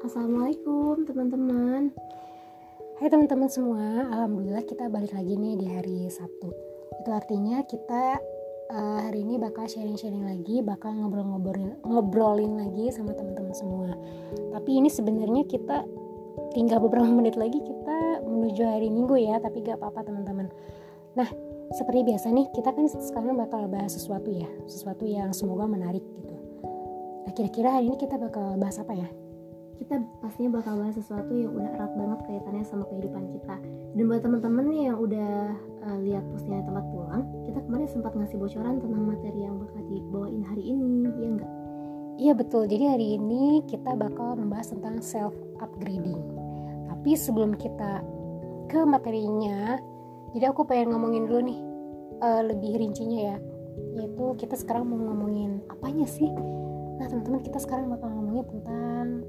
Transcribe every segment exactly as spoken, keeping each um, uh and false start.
Assalamualaikum teman-teman. Hai teman-teman semua, alhamdulillah kita balik lagi nih di hari Sabtu. Itu artinya kita uh, hari ini bakal sharing-sharing lagi, bakal ngobrol-ngobrolin ngobrolin lagi sama teman-teman semua. Tapi ini sebenarnya kita tinggal beberapa menit lagi kita menuju hari Minggu ya, tapi gak apa-apa teman-teman. Nah, seperti biasa nih, kita kan sekarang bakal bahas sesuatu ya, sesuatu yang semoga menarik gitu. Nah, kira-kira hari ini kita bakal bahas apa ya? Kita pastinya bakal bahas sesuatu yang udah erat banget kaitannya sama kehidupan kita. Dan buat teman-teman nih yang udah uh, lihat postingan tempat pulang, kita kemarin sempat ngasih bocoran tentang materi yang bakal dibawain hari ini, ya enggak? Iya betul, jadi hari ini kita bakal membahas tentang self upgrading. Tapi sebelum kita ke materinya, jadi aku pengen ngomongin dulu nih uh, lebih rincinya ya, yaitu kita sekarang mau ngomongin apanya sih? Nah teman-teman, kita sekarang bakal ngomongin tentang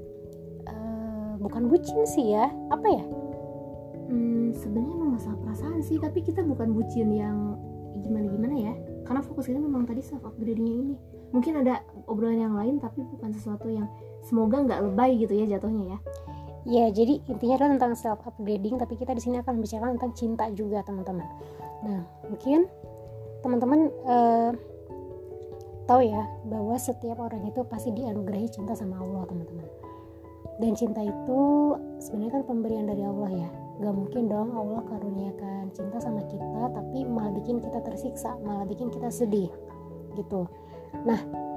uh, bukan bucin sih ya, apa ya? Hmm, sebenarnya memang masalah perasaan sih, tapi kita bukan bucin yang gimana-gimana ya, karena fokus kita memang tadi self upgradingnya ini. Mungkin ada obrolan yang lain, tapi bukan sesuatu yang semoga nggak lebay gitu ya jatuhnya ya. Ya, jadi intinya adalah tentang self upgrading, tapi kita di sini akan membicarakan tentang cinta juga teman-teman. Nah, mungkin teman-teman uh, tahu ya bahwa setiap orang itu pasti dianugerahi cinta sama Allah teman-teman. Dan cinta itu sebenarnya kan pemberian dari Allah ya. Gak mungkin dong Allah karuniakan cinta sama kita tapi malah bikin kita tersiksa, malah bikin kita sedih gitu. Nah,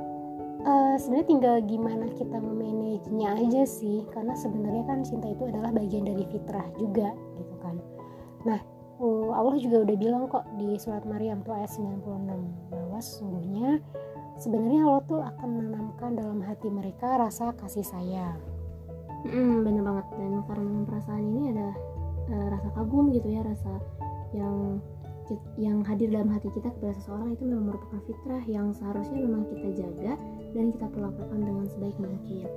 uh, sebenarnya tinggal gimana kita memanagenya aja sih, karena sebenarnya kan cinta itu adalah bagian dari fitrah juga gitu kan. Nah, uh, Allah juga udah bilang kok di surat Maryam tuh ayat sembilan puluh enam bahwa sesungguhnya sebenarnya Allah tuh akan menanamkan dalam hati mereka rasa kasih sayang. Hmm, bener banget. Dan karena perasaan ini ada uh, rasa kagum gitu ya, rasa yang yang hadir dalam hati kita kepada seseorang itu memang merupakan fitrah yang seharusnya memang kita jaga dan kita perlakukan dengan sebaik mungkin.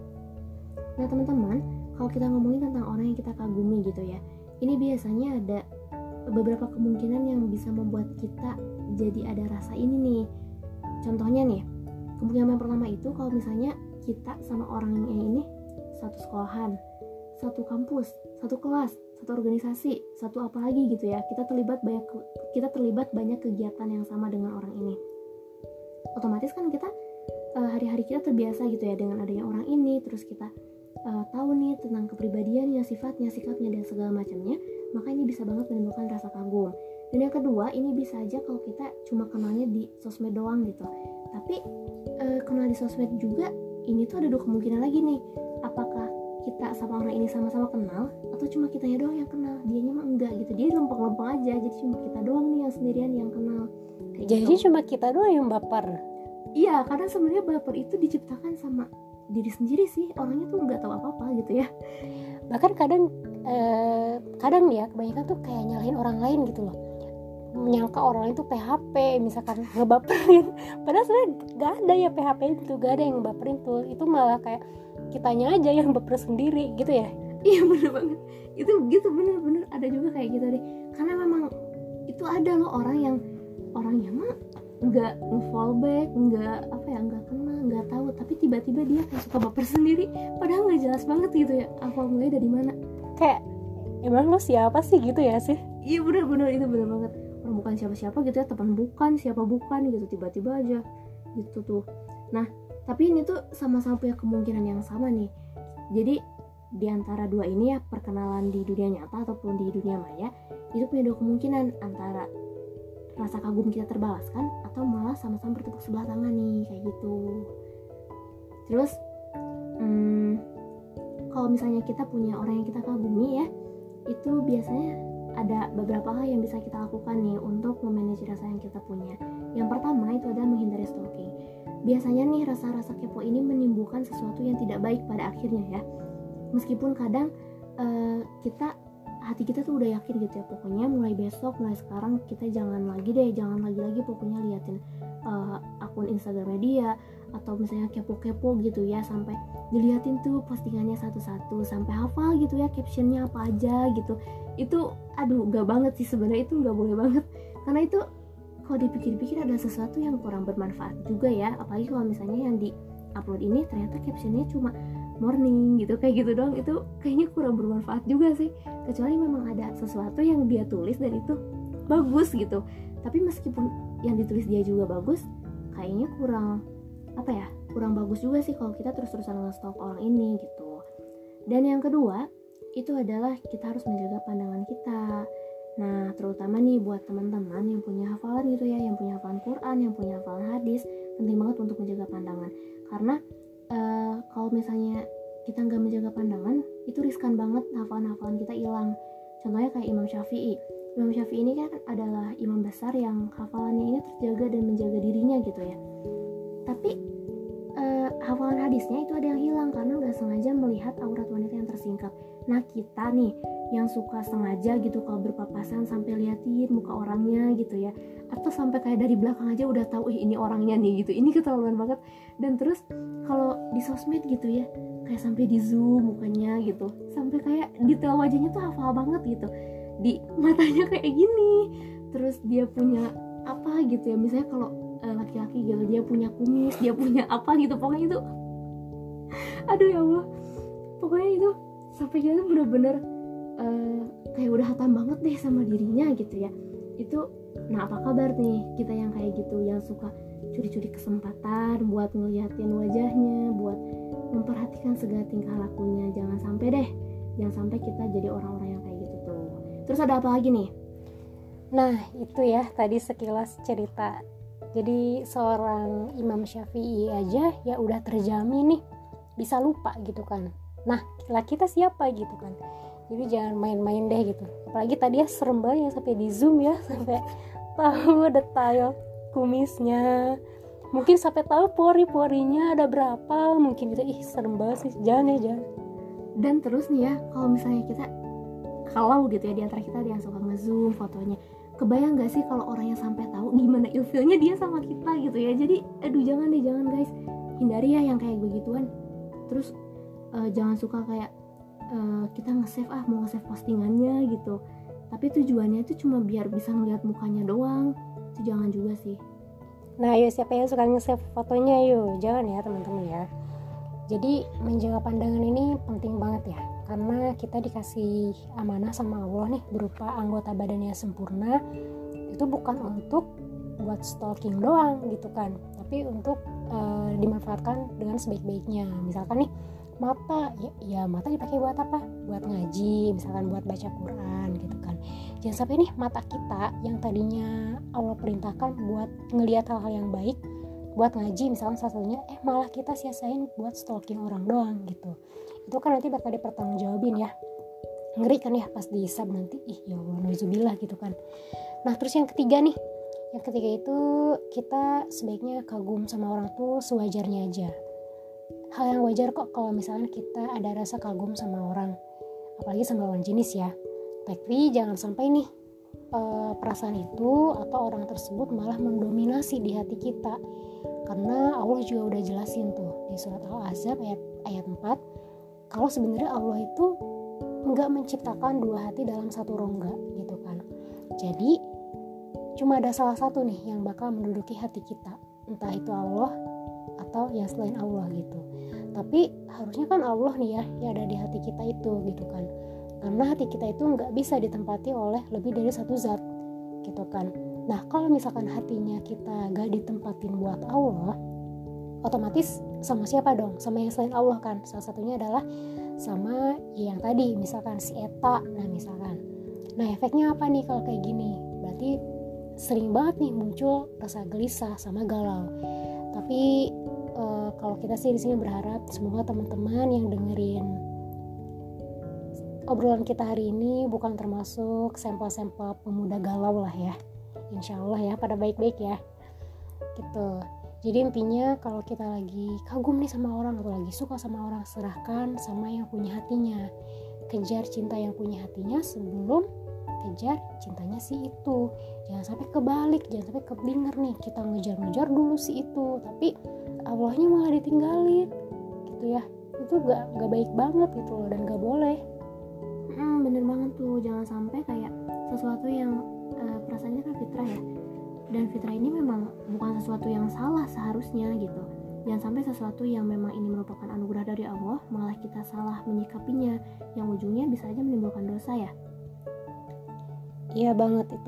Nah teman-teman, kalau kita ngomongin tentang orang yang kita kagumi gitu ya, ini biasanya ada beberapa kemungkinan yang bisa membuat kita jadi ada rasa ini nih. Contohnya nih, kemungkinan yang pertama itu kalau misalnya kita sama orang yang ini satu sekolahan, satu kampus, satu kelas, satu organisasi, satu apa lagi gitu ya, kita terlibat banyak kita terlibat banyak kegiatan yang sama dengan orang ini. Otomatis kan kita uh, hari-hari kita terbiasa gitu ya dengan adanya orang ini, terus kita uh, tahu nih tentang kepribadiannya, sifatnya, sikapnya dan segala macamnya, maka ini bisa banget menimbulkan rasa kagum. Dan yang kedua, ini bisa aja kalau kita cuma kenalnya di sosmed doang gitu. Tapi uh, kenal di sosmed juga, ini tuh ada dua kemungkinan lagi nih. Apakah kita sama orang ini sama-sama kenal atau cuma kitanya doang yang kenal, dianya mah enggak gitu, dia lempeng-lempeng aja, jadi cuma kita doang nih yang sendirian yang kenal. Kayak jadi gitu. Cuma kita doang yang baper. Iya, karena sebenarnya baper itu diciptakan sama diri sendiri sih, orangnya tuh nggak tahu apa-apa gitu ya. Bahkan kadang eh, kadang ya kebanyakan tuh kayak nyalahin orang lain gitu loh, menyangka orang itu P H P misalkan ngebaperin, padahal sebenarnya nggak ada ya P H P itu, nggak ada yang ngebaperin tuh, itu malah kayak kitanya aja yang baper sendiri gitu ya. Iya bener banget, itu gitu, bener-bener ada juga kayak gitu deh, karena memang itu ada loh orang yang orangnya mah nggak nge-follow back, nggak apa ya, nggak kenal, nggak tahu, tapi tiba-tiba dia kayak suka baper sendiri, padahal nggak jelas banget gitu ya awal mulai dari mana. Kayak emang lo siapa sih gitu ya sih? Iya bener-bener, itu bener banget, orang bukan siapa-siapa gitu ya, teman bukan siapa bukan gitu, tiba-tiba aja gitu tuh. Nah tapi ini tuh sama-sama punya kemungkinan yang sama nih. Jadi di antara dua ini ya, perkenalan di dunia nyata ataupun di dunia maya, itu punya dua kemungkinan, antara rasa kagum kita terbalaskan atau malah sama-sama bertepuk sebelah tangan nih, kayak gitu. Terus hmm, kalau misalnya kita punya orang yang kita kagumi ya, itu biasanya ada beberapa hal yang bisa kita lakukan nih untuk memanage rasa yang kita punya. Yang pertama itu adalah menghindari stalking. Biasanya nih rasa-rasa kepo ini menimbulkan sesuatu yang tidak baik pada akhirnya ya. Meskipun kadang uh, kita hati kita tuh udah yakin gitu ya, pokoknya mulai besok, mulai sekarang kita jangan lagi deh, jangan lagi-lagi pokoknya liatin uh, akun Instagramnya dia, atau misalnya kepo-kepo gitu ya, sampai diliatin tuh postingannya satu-satu, sampai hafal gitu ya captionnya apa aja gitu. Itu aduh gak banget sih sebenarnya, itu gak boleh banget, karena itu kalau dipikir-pikir ada sesuatu yang kurang bermanfaat juga ya. Apalagi kalau misalnya yang di upload ini ternyata captionnya cuma morning gitu, kayak gitu doang. Itu kayaknya kurang bermanfaat juga sih, kecuali memang ada sesuatu yang dia tulis dan itu bagus gitu. Tapi meskipun yang ditulis dia juga bagus, kayaknya kurang apa ya, kurang bagus juga sih kalau kita terus-terusan nge-stalk orang ini gitu. Dan yang kedua itu adalah kita harus menjaga pandangan kita. Nah, terutama nih buat teman-teman yang punya hafalan gitu ya, yang punya hafalan Quran, yang punya hafalan hadis, penting banget untuk menjaga pandangan. Karena uh, kalau misalnya kita nggak menjaga pandangan, itu riskan banget hafalan-hafalan kita hilang. Contohnya kayak Imam Syafi'i. Imam Syafi'i ini kan adalah imam besar yang hafalannya ini terjaga dan menjaga dirinya gitu ya. Tapi uh, hafalan hadisnya itu ada yang hilang karena nggak sengaja melihat aurat wanita yang tersingkap. Nah, kita nih yang suka sengaja gitu kalau berpapasan sampai liatin muka orangnya gitu ya, atau sampai kayak dari belakang aja udah tahu ih ini orangnya nih gitu, ini keterlaluan banget. Dan terus kalau di sosmed gitu ya, kayak sampai di zoom mukanya gitu, sampai kayak detail wajahnya tuh hafal banget gitu, di matanya kayak gini, terus dia punya apa gitu ya, misalnya kalau uh, laki-laki gitu dia punya kumis, dia punya apa gitu, pokoknya itu aduh ya Allah, pokoknya itu sampai dia tuh bener-bener Uh, kayak udah hatam banget deh sama dirinya gitu ya. Itu, nah apa kabar nih kita yang kayak gitu, yang suka curi-curi kesempatan buat ngeliatin wajahnya, buat memperhatikan segala tingkah lakunya. Jangan sampai deh, jangan sampai kita jadi orang-orang yang kayak gitu tuh. Terus ada apa lagi nih? Nah itu ya tadi sekilas cerita. Jadi seorang Imam Syafi'i aja ya udah terjamin nih bisa lupa gitu kan. Nah lah kita siapa gitu kan. Jadi jangan main-main deh gitu. Apalagi tadi ya serem banget sampai di zoom ya, sampai tahu detail kumisnya, mungkin sampai tahu pori-porinya ada berapa, mungkin gitu. Ih serem banget sih, jangan ya jangan. Dan terus nih ya, kalau misalnya kita kalau gitu ya di antara kita ada yang suka nge-zoom fotonya, kebayang gak sih kalau orangnya sampai tahu gimana ilfilnya dia sama kita gitu ya. Jadi aduh jangan deh, jangan guys, hindari ya yang kayak begituan. Terus uh, jangan suka kayak Uh, kita nge-save ah mau nge-save postingannya gitu, tapi tujuannya itu cuma biar bisa ngeliat mukanya doang. Itu jangan juga sih. Nah yuk siapa yang suka nge-save fotonya yuk, jangan ya teman-teman ya. Jadi menjaga pandangan ini penting banget ya, karena kita dikasih amanah sama Allah nih berupa anggota badan yang sempurna. Itu bukan untuk buat stalking doang gitu kan, tapi untuk uh, dimanfaatkan dengan sebaik-baiknya. Misalkan nih mata, ya, ya mata dipakai buat apa? Buat ngaji, misalkan buat baca Quran gitu kan. Jangan sampai nih mata kita yang tadinya Allah perintahkan buat ngelihat hal-hal yang baik, buat ngaji misalkan salah satunya, eh malah kita sia-siain buat stalking orang doang gitu. Itu kan nanti bakal dipertanggungjawabin ya. Ngeri kan ya pas dihisab nanti, ih ya Allah nauzubillah gitu kan. Nah terus yang ketiga nih, yang ketiga itu kita sebaiknya kagum sama orang tuh sewajarnya aja. Hal yang wajar kok kalau misalnya kita ada rasa kagum sama orang, apalagi sama lawan jenis ya. Tapi jangan sampai nih e, perasaan itu atau orang tersebut malah mendominasi di hati kita. Karena Allah juga udah jelasin tuh di surat Al-Ahzab ayat ayat empat, kalau sebenarnya Allah itu enggak menciptakan dua hati dalam satu rongga gitu kan. Jadi cuma ada salah satu nih yang bakal menduduki hati kita, entah itu Allah atau yang selain Allah gitu. Tapi harusnya kan Allah nih ya yang ada di hati kita itu gitu kan, karena hati kita itu nggak bisa ditempati oleh lebih dari satu zat gitu kan. Nah kalau misalkan hatinya kita gak ditempatin buat Allah, otomatis sama siapa dong? Sama yang selain Allah kan. Salah satunya adalah sama yang tadi misalkan si Eta. Nah misalkan, nah efeknya apa nih kalau kayak gini? Berarti sering banget nih muncul rasa gelisah sama galau. Tapi uh, kalau kita sih di sini berharap semoga teman-teman yang dengerin obrolan kita hari ini bukan termasuk sampel-sampel pemuda galau lah ya. Insya Allah ya pada baik-baik ya. Gitu. Jadi intinya kalau kita lagi kagum nih sama orang atau lagi suka sama orang, serahkan sama yang punya hatinya. Kejar cinta yang punya hatinya sebelum kejar cintanya si itu. Jangan sampai kebalik, jangan sampai keblinger nih kita ngejar-ngejar dulu si itu tapi Allahnya malah ditinggalin gitu ya. Itu gak, gak baik banget gitu loh, dan gak boleh. hmm, bener banget tuh. Jangan sampai kayak sesuatu yang uh, perasaannya kan fitrah ya, dan fitrah ini memang bukan sesuatu yang salah seharusnya gitu, Jangan sampai sesuatu yang memang ini merupakan anugerah dari Allah malah kita salah menyikapinya, yang ujungnya bisa aja menimbulkan dosa ya. Iya banget itu.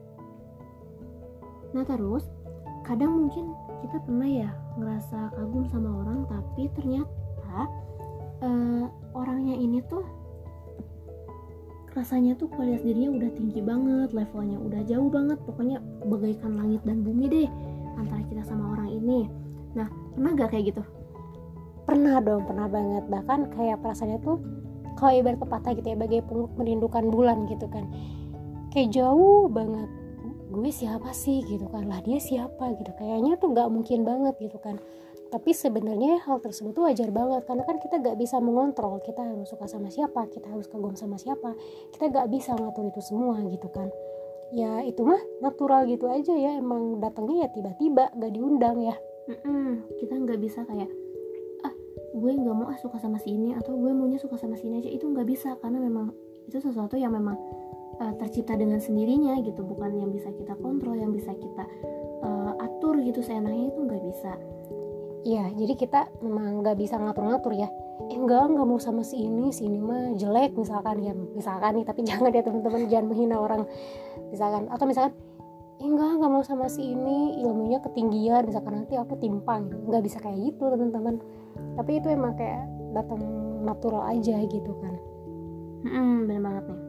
Nah terus kadang mungkin kita pernah ya ngerasa kagum sama orang, tapi ternyata uh, orangnya ini tuh rasanya tuh kualitas dirinya udah tinggi banget, levelnya udah jauh banget, pokoknya bagaikan langit dan bumi deh antara kita sama orang ini. Nah, pernah gak kayak gitu? Pernah dong, pernah banget. Bahkan kayak perasaannya tuh kalau ibarat pepatah gitu ya, bagai pungut merindukan bulan gitu kan. Kayak jauh banget. Gue siapa sih gitu kan, lah dia siapa gitu. Kayaknya tuh gak mungkin banget gitu kan. Tapi sebenarnya hal tersebut tuh wajar banget, karena kan kita gak bisa mengontrol kita harus suka sama siapa, kita harus kagum sama siapa. Kita gak bisa ngatur itu semua gitu kan. Ya itu mah natural gitu aja ya, emang datangnya ya tiba-tiba, gak diundang ya. Mm-mm, kita nggak bisa kayak ah gue nggak mau ah suka sama si ini, atau gue maunya suka sama si ini aja. Itu nggak bisa, karena memang itu sesuatu yang memang uh, tercipta dengan sendirinya gitu, bukan yang bisa kita kontrol, yang bisa kita uh, atur gitu seenaknya. Itu nggak bisa. Iya, jadi kita memang nggak bisa ngatur-ngatur ya. Eh enggak, nggak mau sama si ini, si ini mah jelek misalkan ya, misalkan nih, tapi jangan ya teman-teman, jangan menghina orang misalkan. Atau misalkan eh, enggak, nggak mau sama si ini, ilmunya ketinggian misalkan, nanti aku timpang. Nggak bisa kayak gitu teman-teman. Tapi itu emang kayak datang natural aja gitu kan. Hmm, bener banget nih.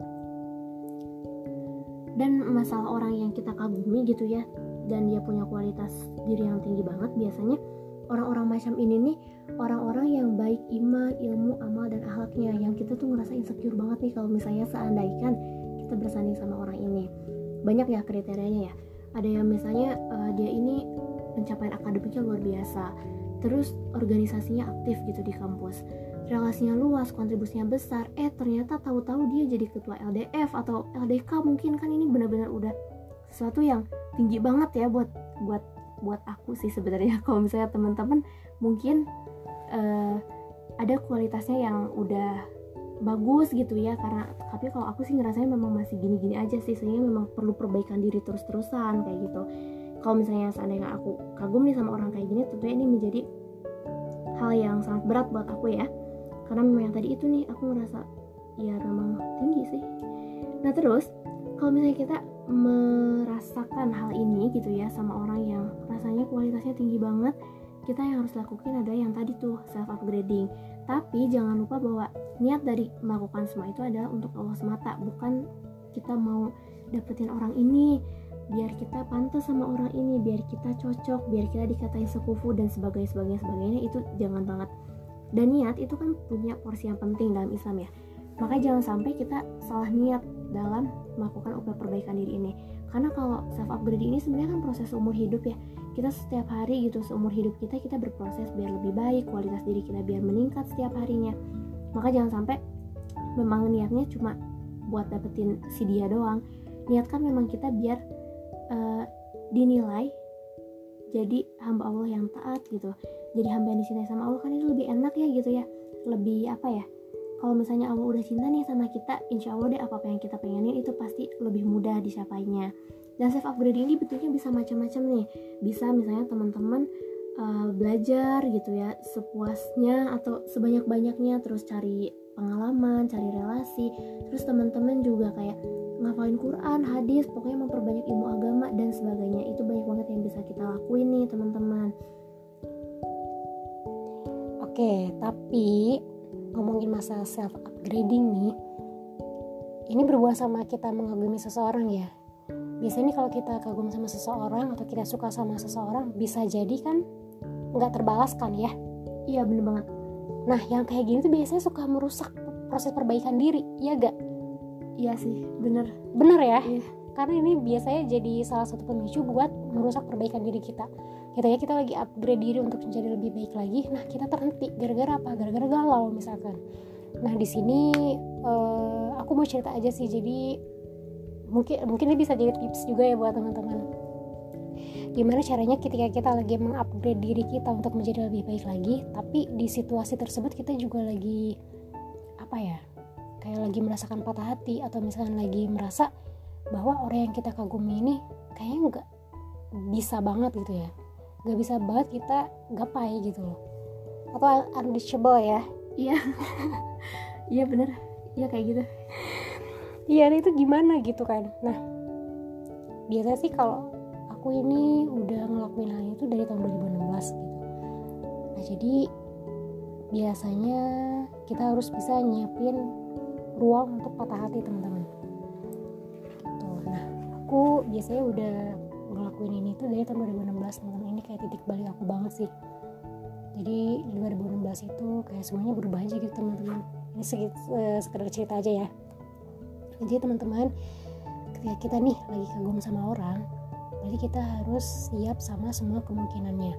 Dan masalah orang yang kita kagumi gitu ya, dan dia punya kualitas diri yang tinggi banget, biasanya orang-orang macam ini nih orang-orang yang baik iman, ilmu, amal, dan akhlaknya, yang kita tuh ngerasa insecure banget nih kalau misalnya seandainya kita bersanding sama orang ini. Banyak ya kriterianya ya. Ada yang misalnya uh, dia ini pencapaian akademiknya luar biasa, terus organisasinya aktif gitu di kampus, relasinya luas, kontribusinya besar. Eh ternyata tahu-tahu dia jadi ketua L D F atau L D K mungkin. Kan ini benar-benar udah sesuatu yang tinggi banget ya buat buat buat aku sih sebenarnya. Kalau misalnya teman-teman mungkin uh, ada kualitasnya yang udah bagus gitu ya, karena tapi kalau aku sih ngerasanya memang masih gini-gini aja sih, sehingga memang perlu perbaikan diri terus-terusan kayak gitu. Kalau misalnya seandainya aku kagum nih sama orang kayak gini, tentunya ini menjadi hal yang sangat berat buat aku ya, karena memang yang tadi itu nih aku ngerasa ya memang tinggi sih. Nah terus kalau misalnya kita merasakan hal ini gitu ya sama orang yang rasanya kualitasnya tinggi banget, kita yang harus lakukan adalah yang tadi tuh self upgrading. Tapi jangan lupa bahwa niat dari melakukan semua itu adalah untuk Allah semata, bukan kita mau dapetin orang ini biar kita pantas sama orang ini, biar kita cocok, biar kita dikatain sekufu dan sebagainya sebagainya sebagainya. Itu jangan banget. Dan niat itu kan punya porsi yang penting dalam Islam ya. Makanya jangan sampai kita salah niat dalam melakukan upaya perbaikan diri ini. Karena kalau self upgrade ini sebenarnya kan proses umur hidup ya. Kita setiap hari gitu, seumur hidup kita kita berproses biar lebih baik, kualitas diri kita biar meningkat setiap harinya. Maka jangan sampai memang niatnya cuma buat dapetin si dia doang. Niatkan memang kita biar uh, dinilai jadi hamba Allah yang taat gitu. Jadi hamba yang dicintai sama Allah, kan itu lebih enak ya gitu ya. Lebih apa ya? Kalau misalnya Allah udah cinta nih sama kita, insya Allah deh apa-apa yang kita pengenin itu pasti lebih mudah dicapainya. Dan self upgrade ini bentuknya bisa macam-macam nih. Bisa misalnya teman-teman uh, belajar gitu ya sepuasnya atau sebanyak-banyaknya, terus cari pengalaman, cari relasi. Terus teman-teman juga kayak ngafalin Quran, hadis, pokoknya memperbanyak ilmu agama dan sebagainya. Itu banyak banget yang bisa kita lakuin nih teman-teman. Oke, tapi ngomongin masalah self upgrading nih, ini berhubungan sama kita mengagumi seseorang ya. Biasanya kalau kita kagum sama seseorang atau kita suka sama seseorang, bisa jadi kan nggak terbalaskan ya. Iya bener banget. Nah yang kayak gini tuh biasanya suka merusak proses perbaikan diri, ya gak? Iya sih, bener. Bener ya? Iya. Karena ini biasanya jadi salah satu pemicu buat merusak perbaikan diri kita. Kita ya kita lagi upgrade diri untuk menjadi lebih baik lagi. Nah kita terhenti gara-gara apa? Gara-gara galau misalkan. Nah di sini uh, aku mau cerita aja sih. Jadi mungkin mungkin ini bisa jadi tips juga ya buat teman-teman. Gimana caranya ketika kita lagi mengupgrade diri kita untuk menjadi lebih baik lagi, tapi di situasi tersebut kita juga lagi apa ya? Kayak lagi merasakan patah hati, atau misalkan lagi merasa bahwa orang yang kita kagumi ini kayaknya nggak bisa banget gitu ya. gak bisa banget kita gapai gitu loh, atau unreachable ya. Iya. Iya bener, iya kayak gitu. Iya itu gimana gitu kan. Nah biasa sih kalau aku ini udah ngelakuin hal itu dari tahun dua ribu enam belas gitu. Nah jadi biasanya kita harus bisa nyiapin ruang untuk patah hati teman-teman gitu. Nah aku biasanya udah ngelakuin ini tuh dari tahun dua ribu enam belas teman-teman. Ini kayak titik balik aku banget sih. Jadi di dua ribu enam belas itu kayak semuanya berubah aja gitu teman-teman. Ini sedikit uh, sekedar cerita aja ya. Jadi teman-teman, ketika kita nih lagi kagum sama orang, berarti kita harus siap sama semua kemungkinannya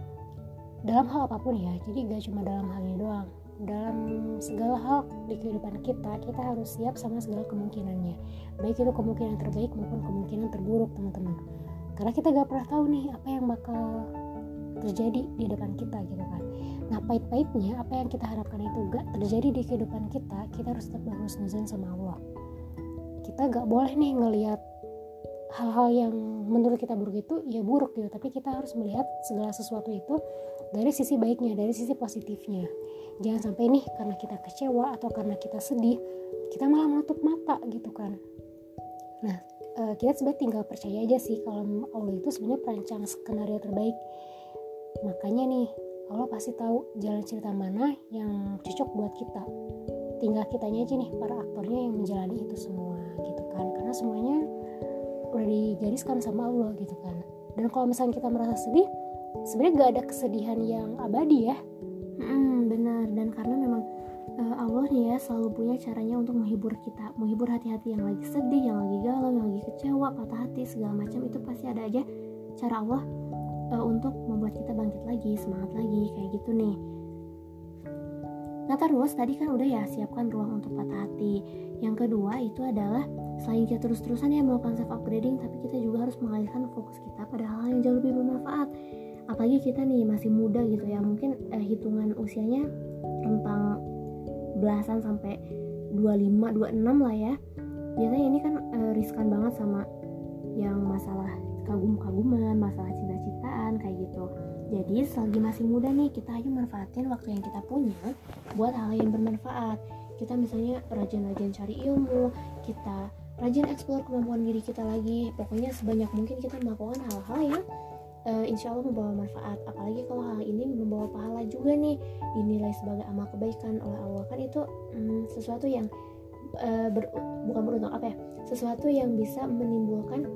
dalam hal apapun ya. Jadi gak cuma dalam hal ini doang, dalam segala hal di kehidupan kita, kita harus siap sama segala kemungkinannya, baik itu kemungkinan terbaik maupun kemungkinan terburuk teman-teman. Karena kita gak pernah tahu nih apa yang bakal terjadi di depan kita gitu kan. Nah pahit-pahitnya apa yang kita harapkan itu gak terjadi di kehidupan kita, kita harus tetap berhusnuzon sama Allah. Kita gak boleh nih ngelihat hal-hal yang menurut kita buruk itu ya buruk gitu, tapi kita harus melihat segala sesuatu itu dari sisi baiknya, dari sisi positifnya. Jangan sampai nih karena kita kecewa atau karena kita sedih, kita malah menutup mata gitu kan. Nah kita sebenarnya tinggal percaya aja sih kalau Allah itu sebenarnya perancang skenario terbaik. Makanya nih Allah pasti tahu jalan cerita mana yang cocok buat kita. Tinggal kitanya aja nih, para aktornya yang menjalani itu semua gitu kan. Karena semuanya udah digariskan sama Allah gitu kan. Dan kalau misalnya kita merasa sedih, sebenarnya gak ada kesedihan yang abadi ya. Hmm, benar. Dan karena memang uh, Allah nih ya selalu punya caranya untuk menghibur kita, menghibur hati-hati yang lagi sedih, yang lagi galau, yang lagi kecewa, patah hati, segala macam. Itu pasti ada aja cara Allah uh, untuk membuat kita bangkit lagi, semangat lagi, kayak gitu nih. Nah terus tadi kan udah ya siapkan ruang untuk patah hati. Yang kedua itu adalah selain kita terus-terusan ya melakukan self upgrading, tapi kita juga harus mengalihkan fokus kita pada hal-hal yang jauh lebih bermanfaat. Apalagi kita nih masih muda gitu ya, mungkin eh, hitungan usianya rentang belasan sampai dua puluh lima, dua puluh enam lah ya. Biasanya ini kan eh, riskan banget sama yang masalah kagum-kaguman, masalah cinta-cintaan kayak gitu. Jadi selagi masih muda nih, kita ayo manfaatin waktu yang kita punya buat hal yang bermanfaat. Kita misalnya rajin-rajin cari ilmu, kita rajin eksplor kemampuan diri kita lagi. Pokoknya sebanyak mungkin kita melakukan hal-hal yang uh, insya Allah membawa manfaat. Apalagi kalau hal ini membawa pahala juga nih, dinilai sebagai amal kebaikan oleh Allah. Kan itu um, sesuatu yang uh, ber, bukan beruntung apa ya, sesuatu yang bisa menimbulkan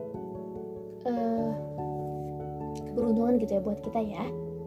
uh, keberuntungan gitu ya buat kita ya,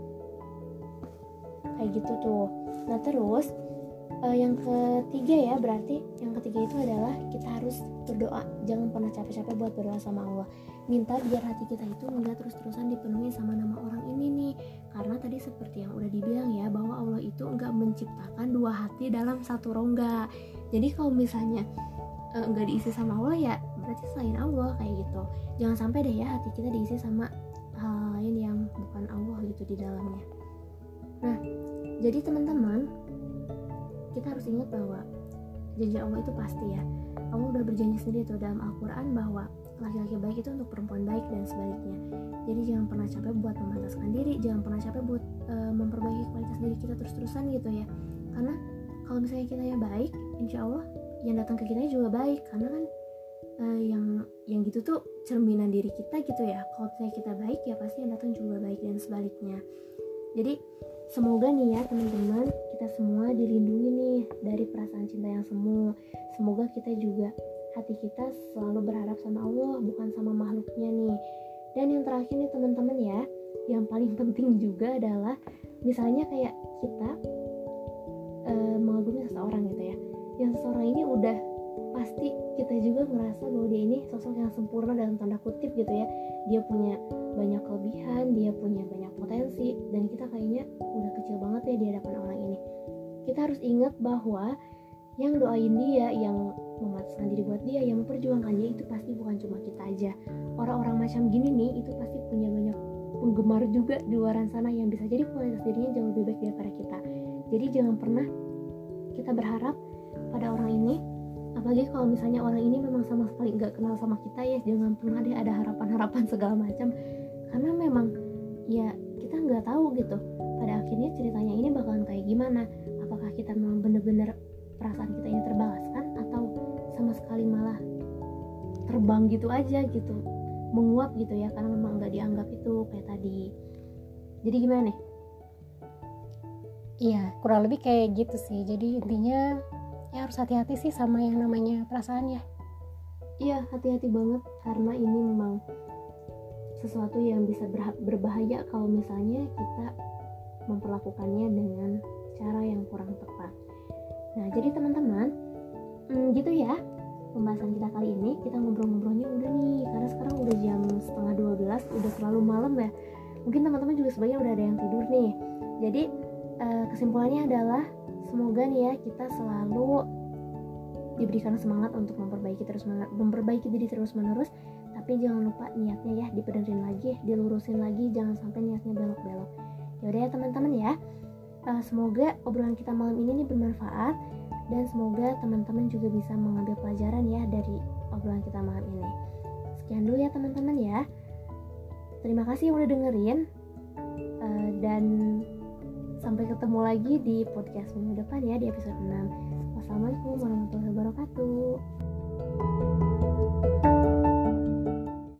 kayak gitu tuh. Nah terus uh, yang ketiga ya, berarti yang ketiga itu adalah kita harus berdoa. Jangan pernah capek-capek buat berdoa sama Allah, minta biar hati kita itu enggak terus-terusan dipenuhi sama nama orang ini nih. Karena tadi seperti yang udah dibilang ya, bahwa Allah itu enggak menciptakan dua hati dalam satu rongga. Jadi kalau misalnya uh, enggak diisi sama Allah ya berarti selain Allah kayak gitu. Jangan sampai deh ya hati kita diisi sama hal lain yang bukan Allah gitu di dalamnya. Nah, jadi teman-teman, kita harus ingat bahwa janji Allah itu pasti ya. Allah udah berjanji sendiri tuh dalam Al-Quran bahwa laki-laki baik itu untuk perempuan baik dan sebaliknya. Jadi jangan pernah capek buat memantaskan diri, jangan pernah capek buat uh, memperbaiki kualitas diri kita terus-terusan gitu ya. Karena kalau misalnya kita yang baik, insya Allah yang datang ke kita juga baik. Karena kan uh, yang yang gitu tuh cerminan diri kita gitu ya. Kalau misalnya kita baik ya pasti yang datang juga baik dan sebaliknya. Jadi semoga nih ya teman-teman, kita semua dilindungi nih dari perasaan cinta yang semu. Semoga kita juga hati kita selalu berharap sama Allah, bukan sama makhluknya nih. Dan yang terakhir nih teman-teman ya, yang paling penting juga adalah misalnya kayak kita uh, mengagumi seseorang gitu ya, yang seseorang ini udah pasti kita juga ngerasa bahwa dia ini sosok yang sempurna dalam tanda kutip gitu ya. Dia punya banyak kelebihan, dia punya banyak potensi, dan kita kayaknya udah kecil banget ya di hadapan orang ini. Kita harus ingat bahwa yang doain dia, yang mematahkan diri buat dia, yang memperjuangkan dia itu pasti bukan cuma kita aja. Orang-orang macam gini nih itu pasti punya banyak penggemar juga di luar sana yang bisa jadi kualitas dirinya jauh lebih baik daripada kita. Jadi jangan pernah kita berharap pada orang ini, apalagi kalau misalnya orang ini memang sama sekali nggak kenal sama kita ya, jangan pernah deh ada harapan-harapan segala macam. Karena memang ya kita nggak tahu gitu pada akhirnya ceritanya ini bakalan kayak gimana. Apakah kita memang bener-bener perasaan kita ini terbalaskan atau sama sekali malah terbang gitu aja gitu, menguap gitu ya, karena memang nggak dianggap itu kayak tadi. Jadi gimana nih? Iya, kurang lebih kayak gitu sih. Jadi intinya ya harus hati-hati sih sama yang namanya perasaan ya. Iya, hati-hati banget karena ini memang sesuatu yang bisa berha- berbahaya kalau misalnya kita memperlakukannya dengan cara yang kurang tepat. Nah, jadi teman-teman, hmm, gitu ya pembahasan kita kali ini. Kita ngobrol-ngobrolnya udah nih, karena sekarang udah jam setengah dua belas, udah terlalu malam ya. Mungkin teman-teman juga sebagian udah ada yang tidur nih. Jadi uh, kesimpulannya adalah semoga nih ya kita selalu diberikan semangat untuk memperbaiki terus memperbaiki diri terus menerus. Tapi jangan lupa niatnya ya dibenerin lagi, dilurusin lagi, jangan sampai niatnya belok-belok. Yaudah ya teman-teman ya, uh, semoga obrolan kita malam ini nih bermanfaat, dan semoga teman-teman juga bisa mengambil pelajaran ya dari obrolan kita malam ini. Sekian dulu ya teman-teman ya, terima kasih yang udah dengerin, uh, dan sampai ketemu lagi di podcast minggu depan ya, di episode enam. Wassalamualaikum warahmatullahi wabarakatuh.